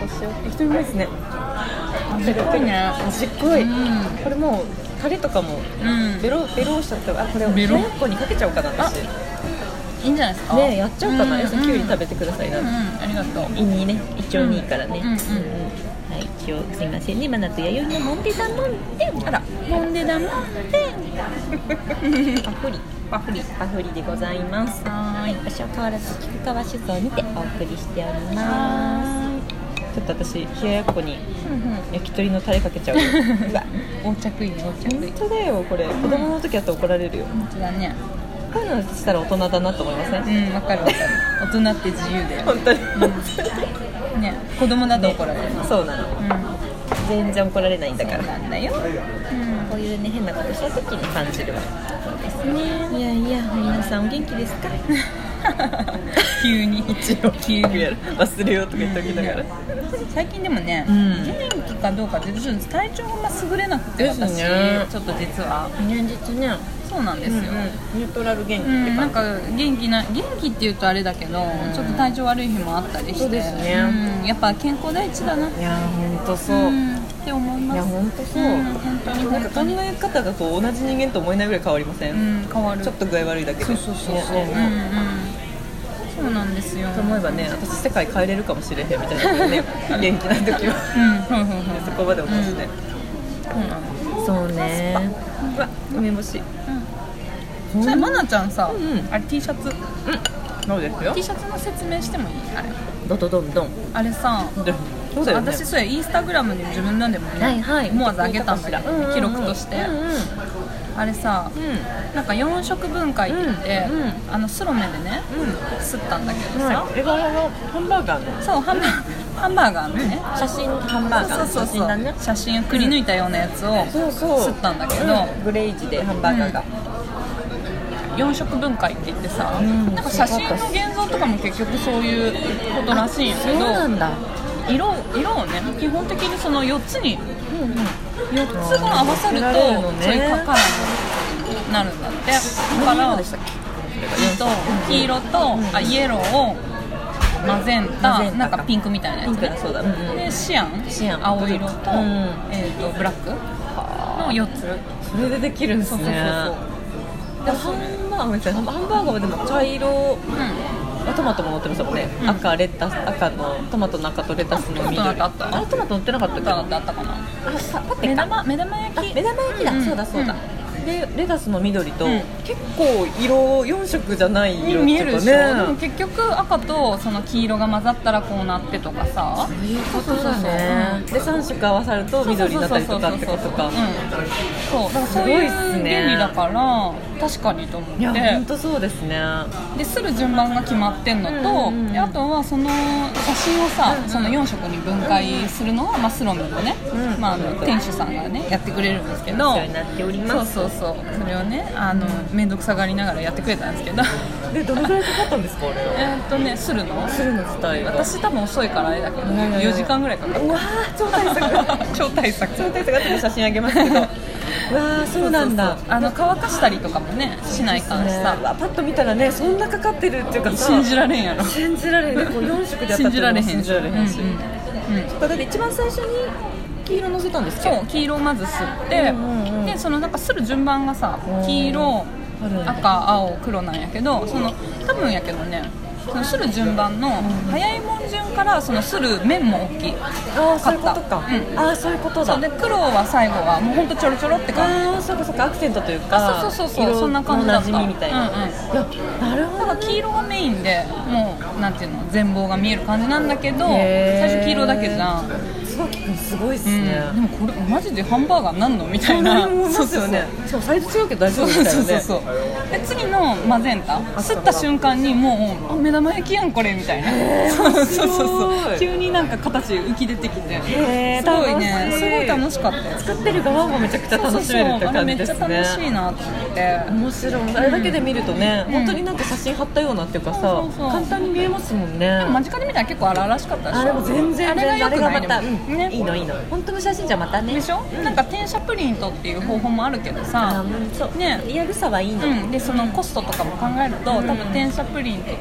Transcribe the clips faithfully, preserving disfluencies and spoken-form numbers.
しよう。焼き鳥うまいですね。 味濃いね。 味濃い、うん、これもうタレとかもベロ、ベローしちゃったら、あ、これを冷ややっこにかけちゃおうかな私。 いいんじゃないですかね、やっちゃおうかな。うん、きゅうり食べてくださいな、 うんうん、ありがとう。 胃にね、胃腸にいいからね、 うんうんうん、 はい、一応すいませんね、マナと弥生のモンデダモンデ、 あら、モンデダモンデパフリパフリパフリでございます。 はい、 場所は変わらず菊川酒造にてお送りしております。ちょっと私冷ややっこに焼き鳥のタレかけちゃうよ。うわ、 横着いいね、横着いい。 本当だよ、これ子供の時やったら怒られるよ。 本当だね。 こういうのしたら大人だなと思いますね。 うん、わかるわかる。大人って自由だよ。 本当に、 うん、ね、子供だと怒られる、ね、 そうなの、うん、全然怒られないんだから。 そうなんだよ、うん、 こういうね変なことした時に感じるわ。そうですね。いやいや、皆さんお元気ですか？ 急に一応急に忘れようとか言っておきながら、 最近でもね、うん、元気かどうかって体調が優れなくて、私、ね、ちょっと実は現実ね、 そうなんですよ、うんうん、 ニュートラル元気って感じ、 うん、なんか元気な元気っていうとあれだけど、うん、ちょっと体調悪い日もあったりして、そうですね、うん、やっぱ健康第一だな。 いや本当そう、うん、 って思います。 いや本当そう、うん、本当になんか考え方がこう同じ人間と思えないぐらい変わりません？うん、変わる。ちょっと具合悪いだけで。 そうそうそうそう、ね、うんうん、そうなんですよ。 と思えばね、私世界変えれるかもしれへんみたいなね元気な時は、うんうんうん、そこまで思ってね、うん、そうね。うわ、梅干し、 うん、それマナちゃんさ、 うんうん、 あれ T シャツ、うん、 そうですよ。 T シャツの説明してもいい？あれドドドンドン、あれさ、そうだよね、私それインスタグラムで自分なんでもね、はいはい、思わず上げたんだけど、うんうんうん、記録として、うんうん、あれさ、うん、なんかよん食分解って言って、うんうん、あのスロメでね、うん、吸ったんだけどさ、 うん、絵柄のハンバーガーの、 そう、ハンバーハンバーガーのね、 写真ハンバーガーの写真だね、 写真をくり抜いたようなやつを吸ったんだけど、うん、 グレージでハンバーガーが、 うん、よん食分解って言ってさ、うん、なんか写真の現像とかも結局そういうことらしいんやけど、 そうなんだ。 色, 色をね、基本的にそのよっつに、うんうん、よっつが合わさると、ね、そういうカラーになるんだって。だから黄色と、うん、あイエローをマゼンタ、なんかピンクみたいなやつね、そうだ、うん、でシアン、シアン青色と、うん、えー、とブラックのよっつ、 それでできるんですね。そうそうそうそう。でハンバーガー、ハンバーガーはでも茶色、うん、トマトも乗ってましたもんね、うん、赤レタス、赤のトマトの赤とレタスの緑、あったあれトマト乗ってなかったっけ？あったかな。あ、さパテか、目玉、目玉焼き、目玉焼きだ、うん、そうだそうだ、うん、でレタスの緑と、うん、結構色よん色じゃない色っていうかね、見えるでしょ。でも結局赤とその黄色が混ざったらこうなってとかさ、そういうことだね。でさん色合わさると緑になったりとかってことか、そうだからそういう原理だから確かにと思って。いや本当そうですね。でする順番が決まってんのと、うんうん、であとはその写真をさ、うんうん、そのよん色に分解するのは、まあ、スロムのね、うん、まあ、あの店主さんがねやってくれるんですけど、になっております。そうそうそう、それをね、あの面倒くさがりながらやってくれたんですけどでどのくらいかかったんですかあれは。えーっとね、するのするの自体私多分遅いからあれだけど、ね、よじかんぐらいかかった。うわー超大作超大作超大作。後で写真あげますけどうわーそうなんだ。そうそうそう、あの乾かしたりとかもねしないかんしさ、ね、パッと見たらねそんなかかってるっていうかさ、信じられんやろ。信じられんね。こうよん色でやったって信じられへんし、信じられへんし、うんうんうん、だって一番最初に黄色乗せたんですか。そう、黄色をまず吸って、うんうんうん、でそのなんかする順番がさ、黄色、赤、青、黒なんやけど、その多分やけどね、そのする順番の早いもん順からそのする面も大きい。ああそういうことか、うん、ああそういうことだ。そうで黒は最後はもうほんとちょろちょろって感じ。ああそうかそうか、アクセントというか、そうそうそうそう、そんな感じだった。色の馴染みみたいな、うんうん、いやなるほど。だから黄色がメインでもうなんていうの全貌が見える感じなんだけど、最初黄色だけじゃん。椿くんすごいっすね、うん、でもこれマジでハンバーガーなんのみたいな。そうですよね。そうサイズ違うけど大丈夫みたいなね。そうそうそう。で次のマゼンタ吸った瞬間にもうあ目玉焼きやんこれみたいな。そうそうそうそう。急になんか形浮き出てきて、すごいね、すごい楽しかったよ。作ってる側もめちゃくちゃ楽しめるって感じですね。そうそうそう、あれめっちゃ楽しいなと思って。面白い。あれだけで見るとね、うん、本当になんか写真貼ったようなっていうかさ、そうそうそう、簡単に見えますもんね。でも間近で見たら結構荒々しかったでしょ。あれも全然あれが良くない。ね、いいのいいの。本当の写真じゃまたね。でしょ、うん、なんか転写プリントっていう方法もあるけどさ、うん、そうね、リアルさはいいの、うん、でそのコストとかも考えると、うん、多分転写プリントとかで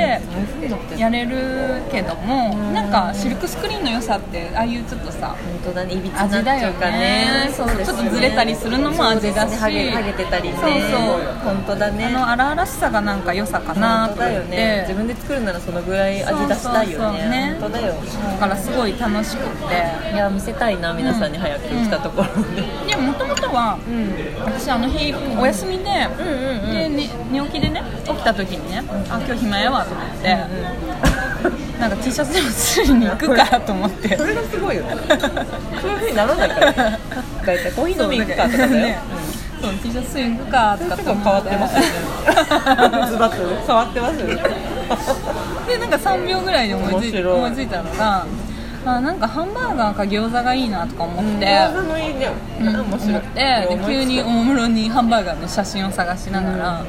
でやれるけども、なんかシルクスクリーンの良さってああいうちょっとさ、 本当だね、いびつなっちゃうかね、 そう、ちょっとずれたりするのも味だし、 ハゲ、ハゲてたりね、 そうそう本当だね、 あの荒々しさがなんか良さかなと思って、 ね、自分で作るならそのぐらい味出したいよね。そうそうそうね、本当だよ。 だからすごい楽しくて、 いや見せたいな皆さんに早く来たところで、 うん、でもともとは、うん、私あの日お休みで、うんうんうん、で、ね、寝起きでね起きた時にね、うん、あ今日暇やわと思って、うんうん、なんか T シャツでもするに行くからと思ってそれがすごいよねそういう風にならないからねコーヒー飲み行くかとかだよ、ね、 うん、そう T シャツに行くかとかって変わってますよねズバッと変わってますよねでなんかさんびょうぐらいで思いつい、思いついたのが、あなんかハンバーガーか餃子がいいなとか思って、 餃子のいいね、 うん、面白いで急におもむろにハンバーガーの写真を探しながら、うん、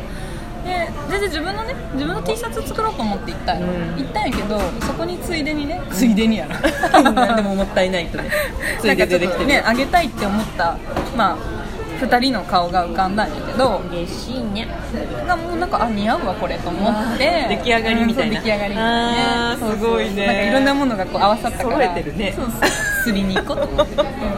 で全然自分のね自分の T シャツ作ろうと思って行ったん、うん、行ったんやけど、そこについでにね、うん、ついでにやなでももったいないとねついで出てきてるね、あげたいって思ったまあふたりの顔が浮かんだんやけど、 嬉しいねがもうなんかあ似合うわこれと思って出来上がりみたいな、 出来上がりみたいな、 あすごいね、 なんかいろんなものがこう合わさったから揃えてるね、 そうそうすりに行こうと思って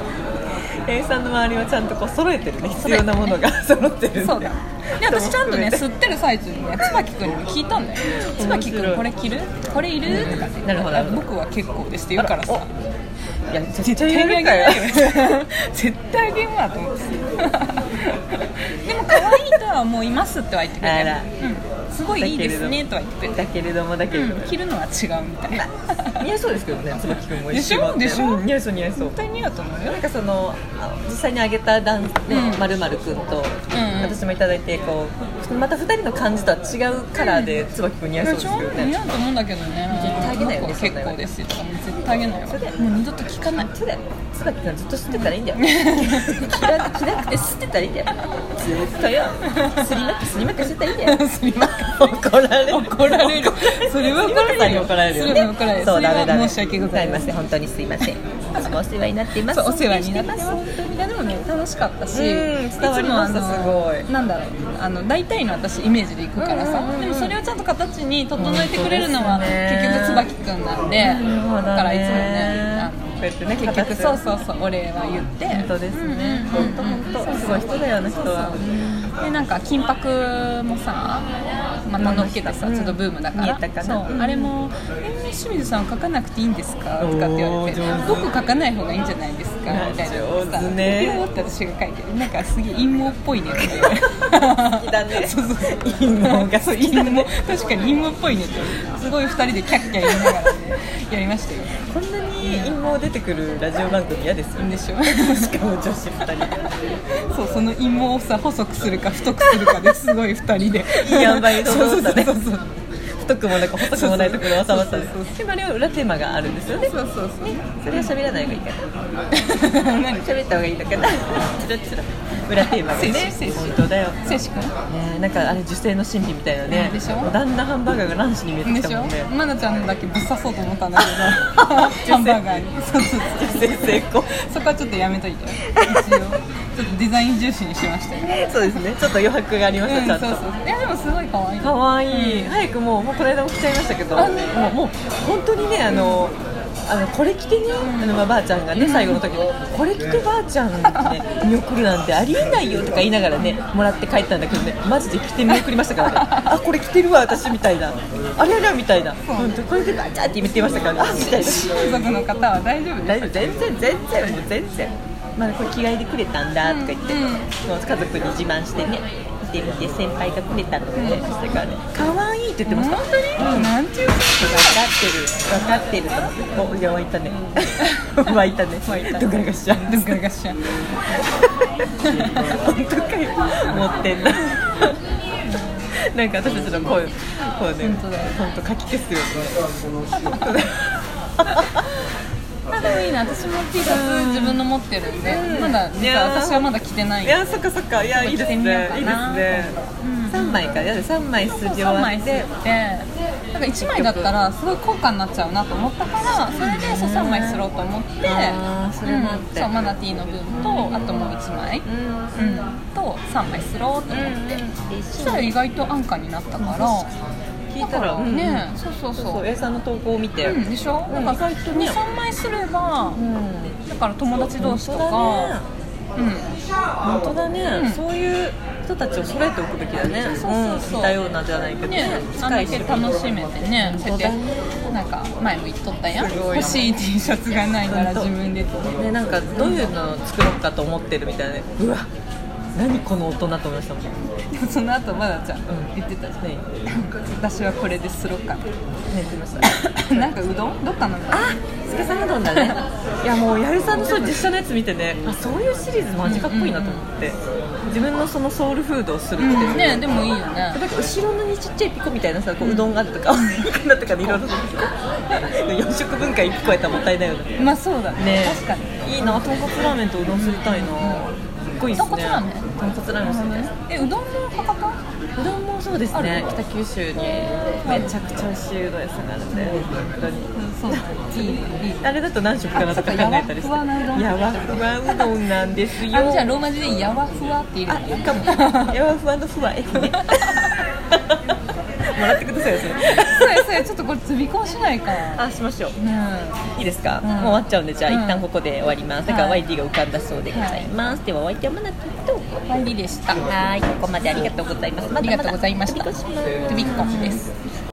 Aさんの周りはちゃんとこう揃えてるね、必要なものが揃ってるんそうだで私ちゃんとね吸ってる最中にね椿くんに聞いたんだよ椿くんこれ着るこれいるとかって、 なるほど僕は結構ですって言うからさ、 いや絶対あげるかよ絶対あげんわと思ってでも可愛いとはもういますっては言ってくれて、うん、すごいいいですねとは言ってくれて、 だけれどもだけれども、 うん、着るのは違うみたいな似合いそうですけどね、椿くんもでしょでしょ、 うん、似合いそう似合いそう絶対似合うと思うよ。 なんかその実際にあげたダンスで、うん、〇〇くんと、うん、私もいただいてこうまたふたりの感じとは違うカラーで椿くん似合いそうですけどね、 似合うと思うんだけどね、 絶対あげないよね、 結構ですよとかも絶対あげないよ、 それでもう二度と聞かない、 そうだよ、椿くんずっと吸ってたらいいんだよ着なくて吸ってたらいいんだよ、ずっとよすりまくすりまくしてたらいいんだよすりまく怒られる怒られるそれは怒られる怒られるよね、 それは怒られる、 そうダメダメ申し訳ございません、 本当にすいませんお世話になっています、 お世話になってますいやでもね楽しかったし、 うん伝わりました、すごいなんだろうあの大体の私イメージでいくからさ、でもそれをちゃんと形に整えてくれるのは、ね、結局椿くんなんで、だからいつもねあのこうやってね結局そうそうそうお礼は言って本当ですね、本当本当すごい人だよあの人は。 でなんか金箔もさまた乗っけてさ、うん、ちょっとブームだから、 かなそう、うん、あれもえー、清水さん書かなくていいんですかとかって言われて僕書かない方がいいんじゃないですかみたいな上手ねさって私が書いてるなんかすげえ陰謀っぽいねって好きだねそうそうそう陰謀が好きだね確かに陰謀っぽいねってすごいふたりでキャッキャ言いながら、ね、やりましたよ。 こんなに陰謀出てくるラジオ番組嫌ですよでしょしかも女子ふたりでそうその陰謀をさ細くするか太くするかですごいふたりでいい塩梅のそうだねそうそうそう太くもなく細くもないところを収まったででもあれは裏テーマがあるんですよね。 そうそうそう、ね、 それは喋らない方がいいかな何喋った方がいいのかなチラチラ裏テーマがね本当だよせいし君ねなんかあれ受精の神秘みたいなねでしょだんだんハンバーガーが卵子に見えてきたもんねまなちゃんだけぶっ刺そうと思ったんだけどハンバーガーにそうそうそう受精成功そこはちょっとやめといて一応ちょっとデザイン重視にしましたよそうですねちょっと余白がありました、うん、ちゃんとそうそういやでもすごい可愛い可愛い、うん、早くもうもうこの間も来ちゃいましたけどもうもう本当にねあのあのこれ着てね、あのばあちゃんがね最後の時にこれ着てばあちゃんね見送るなんてありえないよとか言いながらねもらって帰ったんだけどねマジで着て見送りましたからねあこれ着てるわ私みたいなあれあれみたいな本当これでばあちゃんって言ってましたからねあみたいな家族の方は大丈夫です大丈夫全然全然もう全然まあこれ着替えてくれたんだとか言って、うんうん、家族に自慢してね見て見て先輩がくれたのでそしたからね可愛いって言ってました本当に、うん、なんていう分かってる分かってるおいや湧いたね湧いたねドガラガッシャドガラガッシャ本当かよ持ってんななんか私たちの声こうね本当かき消すよねあでもいいな私も T シャツ自分の持ってるんで、うん、まだ実は私はまだ着てないいやそっかそっかいやいいですねいいですね、うん、さんまいかやでさんまい筋終わってなんかいちまいだったらすごい高価になっちゃうなと思ったからそれでそうさんまいすろうと思ってあそれもあって、 うん、そうマナティーの分とあともういちまい、うんうん、とさんまいすろうと思って、うん、そしたら意外と安価になったから聞いたらね、うん、そうそうそう A さんの投稿を見て、 うん、でしょ、うん、なんかに、さんまいすれば、うん、だから友達同士とか、うん、 本当だね、うん、そういう人たちを揃えておくべきだね。そうそうそう、似たようなじゃないけどね、 あんだけ楽しめてね、そうやってなんか前も言っとったやん、欲しい T シャツがないなら自分でね、なんかどういうのを作ろうかと思ってるみたいなね、うわ何この大人と思いましたもん。 その後まだちゃん、うん、言ってたじゃん、ね、私はこれですろかって言ってましたなんかうどんどっかのあすけさんうどんだねいやもうやるさんのそういう実写のやつ見てね、あそういうシリーズマジかっこいいなと思って、うんうん、自分のそのソウルフードをするっていう、 うん、ねでもいいよね。 なんか後ろのにちっちゃいピコみたいなさ、こううどんがあるとか、うん、なんとかでいろいろよん食分解いっこやったらもったいないよね。 まあそうだね、確かにいいな、豚骨ラーメンとうどんすりたいな、うん、すごいっすね。 豚骨ラーメン豚骨ラーメンするね。 え、うどんも博多？ うどんもそうですね、北九州にめちゃくちゃ美味しいうどん屋さんがあるんで、本当に、 そういいいいあれだと何食かなとか考えたりして、やわふわうどんなんですよ。 あ、じゃあローマ字でやわふわって入れる。 あ、いいかもやわふわのふわえねもらってくださいよそれ。 そうやそうや、ちょっとこれ積み込みしないか。 あ、しましょう、 うん、 いいですか、 うん、 もう終わっちゃうんで、じゃあ、うん、一旦ここで終わります。だから ワイディ が浮かんだそうでございます、はい、ではお相手はマナティとワイディでした。 はい、ここまでありがとうございます。 ありがとうございました。とびっこです。